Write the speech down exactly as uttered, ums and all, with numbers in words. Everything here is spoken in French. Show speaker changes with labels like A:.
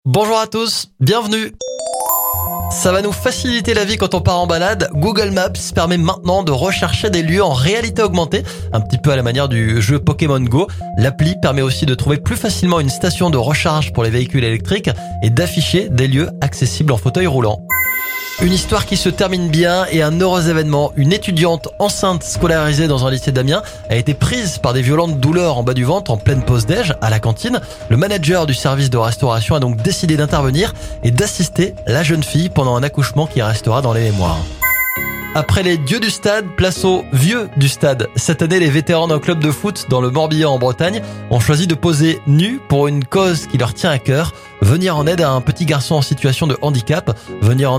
A: Bonjour à tous, bienvenue. Ça va nous faciliter la vie quand on part en balade. Google Maps permet maintenant de rechercher des lieux en réalité augmentée, un petit peu à la manière du jeu Pokémon Go. L'appli permet aussi de trouver plus facilement une station de recharge pour les véhicules électriques et d'afficher des lieux accessibles en fauteuil roulant. Une histoire qui se termine bien et un heureux événement. Une étudiante enceinte scolarisée dans un lycée d'Amiens a été prise par des violentes douleurs en bas du ventre en pleine pause déj à la cantine. Le manager du service de restauration a donc décidé d'intervenir et d'assister la jeune fille pendant un accouchement qui restera dans les mémoires. Après les dieux du stade, place aux vieux du stade. Cette année, les vétérans d'un club de foot dans le Morbihan en Bretagne ont choisi de poser nus pour une cause qui leur tient à cœur. Venir en aide à un petit garçon en situation de handicap. Venir en